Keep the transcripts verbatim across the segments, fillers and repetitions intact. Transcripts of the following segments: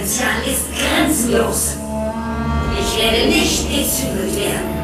Potenzial ist grenzenlos. Ich werde nicht gezügelt werden.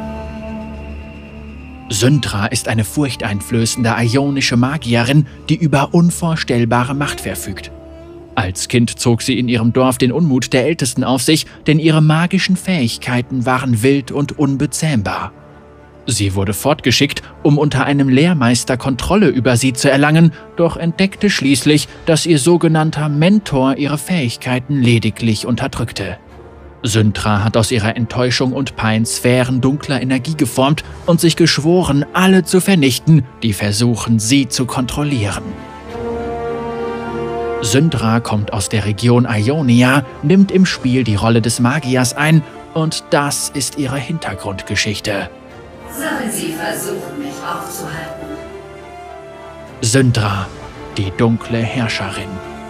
Syndra ist eine furchteinflößende ionische Magierin, die über unvorstellbare Macht verfügt. Als Kind zog sie in ihrem Dorf den Unmut der Ältesten auf sich, denn ihre magischen Fähigkeiten waren wild und unbezähmbar. Sie wurde fortgeschickt, um unter einem Lehrmeister Kontrolle über sie zu erlangen, doch entdeckte schließlich, dass ihr sogenannter Mentor ihre Fähigkeiten lediglich unterdrückte. Syndra hat aus ihrer Enttäuschung und Pein Sphären dunkler Energie geformt und sich geschworen, alle zu vernichten, die versuchen, sie zu kontrollieren. Syndra kommt aus der Region Ionia, nimmt im Spiel die Rolle des Magiers ein und das ist ihre Hintergrundgeschichte. Sollen sie versuchen, mich aufzuhalten? Syndra, die dunkle Herrscherin.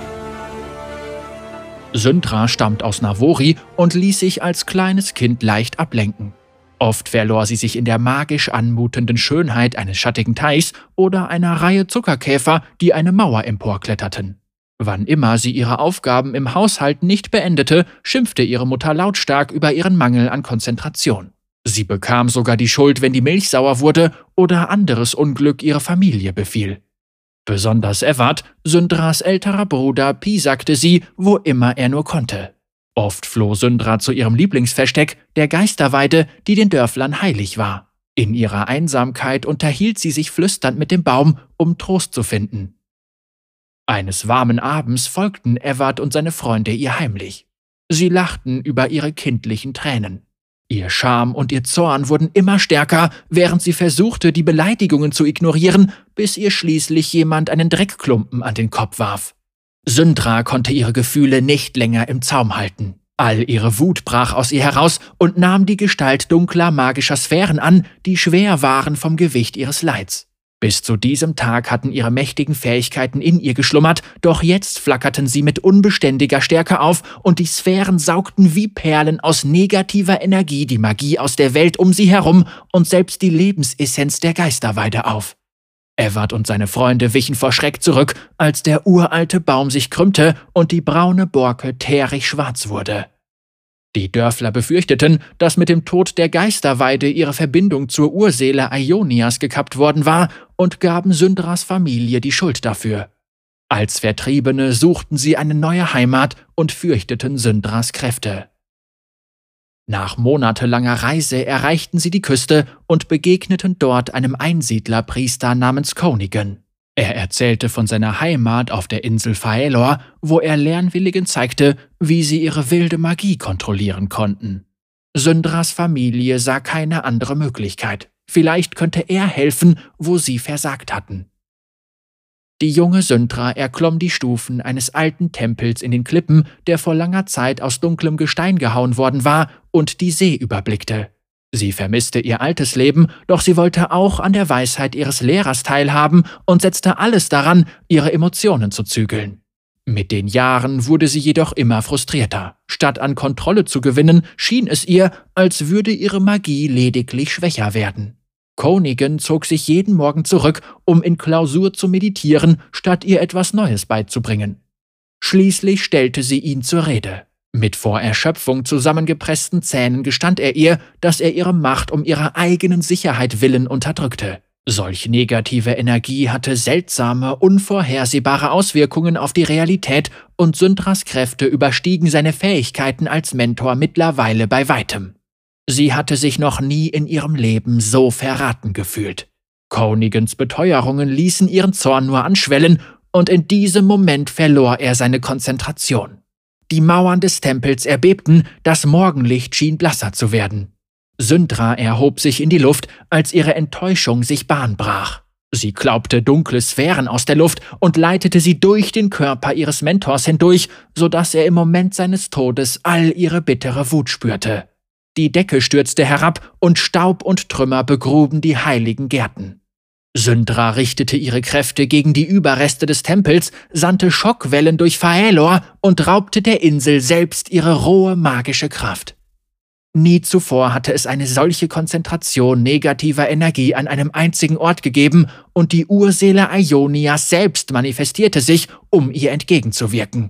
Syndra stammt aus Navori und ließ sich als kleines Kind leicht ablenken. Oft verlor sie sich in der magisch anmutenden Schönheit eines schattigen Teichs oder einer Reihe Zuckerkäfer, die eine Mauer emporkletterten. Wann immer sie ihre Aufgaben im Haushalt nicht beendete, schimpfte ihre Mutter lautstark über ihren Mangel an Konzentration. Sie bekam sogar die Schuld, wenn die Milch sauer wurde oder anderes Unglück ihre Familie befiel. Besonders Evard, Syndras älterer Bruder, piesakte sie, wo immer er nur konnte. Oft floh Syndra zu ihrem Lieblingsversteck, der Geisterweide, die den Dörflern heilig war. In ihrer Einsamkeit unterhielt sie sich flüsternd mit dem Baum, um Trost zu finden. Eines warmen Abends folgten Evard und seine Freunde ihr heimlich. Sie lachten über ihre kindlichen Tränen. Ihr Scham und ihr Zorn wurden immer stärker, während sie versuchte, die Beleidigungen zu ignorieren, bis ihr schließlich jemand einen Dreckklumpen an den Kopf warf. Syndra konnte ihre Gefühle nicht länger im Zaum halten. All ihre Wut brach aus ihr heraus und nahm die Gestalt dunkler magischer Sphären an, die schwer waren vom Gewicht ihres Leids. Bis zu diesem Tag hatten ihre mächtigen Fähigkeiten in ihr geschlummert, doch jetzt flackerten sie mit unbeständiger Stärke auf und die Sphären saugten wie Perlen aus negativer Energie die Magie aus der Welt um sie herum und selbst die Lebensessenz der Geisterweide auf. Evard und seine Freunde wichen vor Schreck zurück, als der uralte Baum sich krümmte und die braune Borke teerig schwarz wurde. Die Dörfler befürchteten, dass mit dem Tod der Geisterweide ihre Verbindung zur Urseele Ionias gekappt worden war und gaben Syndras Familie die Schuld dafür. Als Vertriebene suchten sie eine neue Heimat und fürchteten Syndras Kräfte. Nach monatelanger Reise erreichten sie die Küste und begegneten dort einem Einsiedlerpriester namens Conigan. Er erzählte von seiner Heimat auf der Insel Faelor, wo er Lernwilligen zeigte, wie sie ihre wilde Magie kontrollieren konnten. Syndras Familie sah keine andere Möglichkeit. Vielleicht könnte er helfen, wo sie versagt hatten. Die junge Syndra erklomm die Stufen eines alten Tempels in den Klippen, der vor langer Zeit aus dunklem Gestein gehauen worden war und die See überblickte. Sie vermisste ihr altes Leben, doch sie wollte auch an der Weisheit ihres Lehrers teilhaben und setzte alles daran, ihre Emotionen zu zügeln. Mit den Jahren wurde sie jedoch immer frustrierter. Statt an Kontrolle zu gewinnen, schien es ihr, als würde ihre Magie lediglich schwächer werden. Conigan zog sich jeden Morgen zurück, um in Klausur zu meditieren, statt ihr etwas Neues beizubringen. Schließlich stellte sie ihn zur Rede. Mit vor Erschöpfung zusammengepressten Zähnen gestand er ihr, dass er ihre Macht um ihrer eigenen Sicherheit willen unterdrückte. Solch negative Energie hatte seltsame, unvorhersehbare Auswirkungen auf die Realität und Syndras Kräfte überstiegen seine Fähigkeiten als Mentor mittlerweile bei weitem. Sie hatte sich noch nie in ihrem Leben so verraten gefühlt. Conigans Beteuerungen ließen ihren Zorn nur anschwellen und in diesem Moment verlor er seine Konzentration. Die Mauern des Tempels erbebten, das Morgenlicht schien blasser zu werden. Syndra erhob sich in die Luft, als ihre Enttäuschung sich Bahn brach. Sie klaubte dunkle Sphären aus der Luft und leitete sie durch den Körper ihres Mentors hindurch, sodass er im Moment seines Todes all ihre bittere Wut spürte. Die Decke stürzte herab und Staub und Trümmer begruben die heiligen Gärten. Syndra richtete ihre Kräfte gegen die Überreste des Tempels, sandte Schockwellen durch Faelor und raubte der Insel selbst ihre rohe magische Kraft. Nie zuvor hatte es eine solche Konzentration negativer Energie an einem einzigen Ort gegeben und die Urseele Ionias selbst manifestierte sich, um ihr entgegenzuwirken.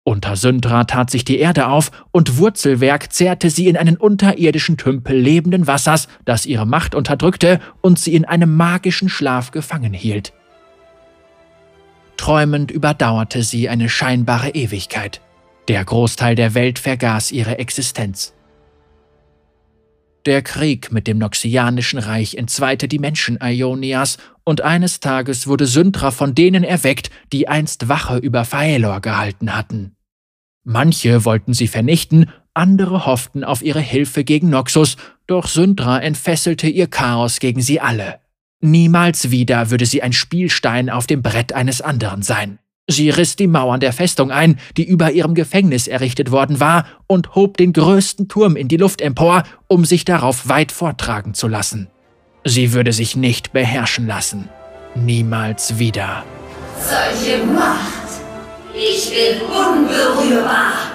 Unter Syndra tat sich die Erde auf und Wurzelwerk zehrte sie in einen unterirdischen Tümpel lebenden Wassers, das ihre Macht unterdrückte und sie in einem magischen Schlaf gefangen hielt. Träumend überdauerte sie eine scheinbare Ewigkeit. Der Großteil der Welt vergaß ihre Existenz. Der Krieg mit dem Noxianischen Reich entzweite die Menschen Aionias und eines Tages wurde Syndra von denen erweckt, die einst Wache über Faelor gehalten hatten. Manche wollten sie vernichten, andere hofften auf ihre Hilfe gegen Noxus, doch Syndra entfesselte ihr Chaos gegen sie alle. Niemals wieder würde sie ein Spielstein auf dem Brett eines anderen sein. Sie riss die Mauern der Festung ein, die über ihrem Gefängnis errichtet worden war, und hob den größten Turm in die Luft empor, um sich darauf weit vortragen zu lassen. Sie würde sich nicht beherrschen lassen. Niemals wieder. Solche Macht! Ich bin unberührbar!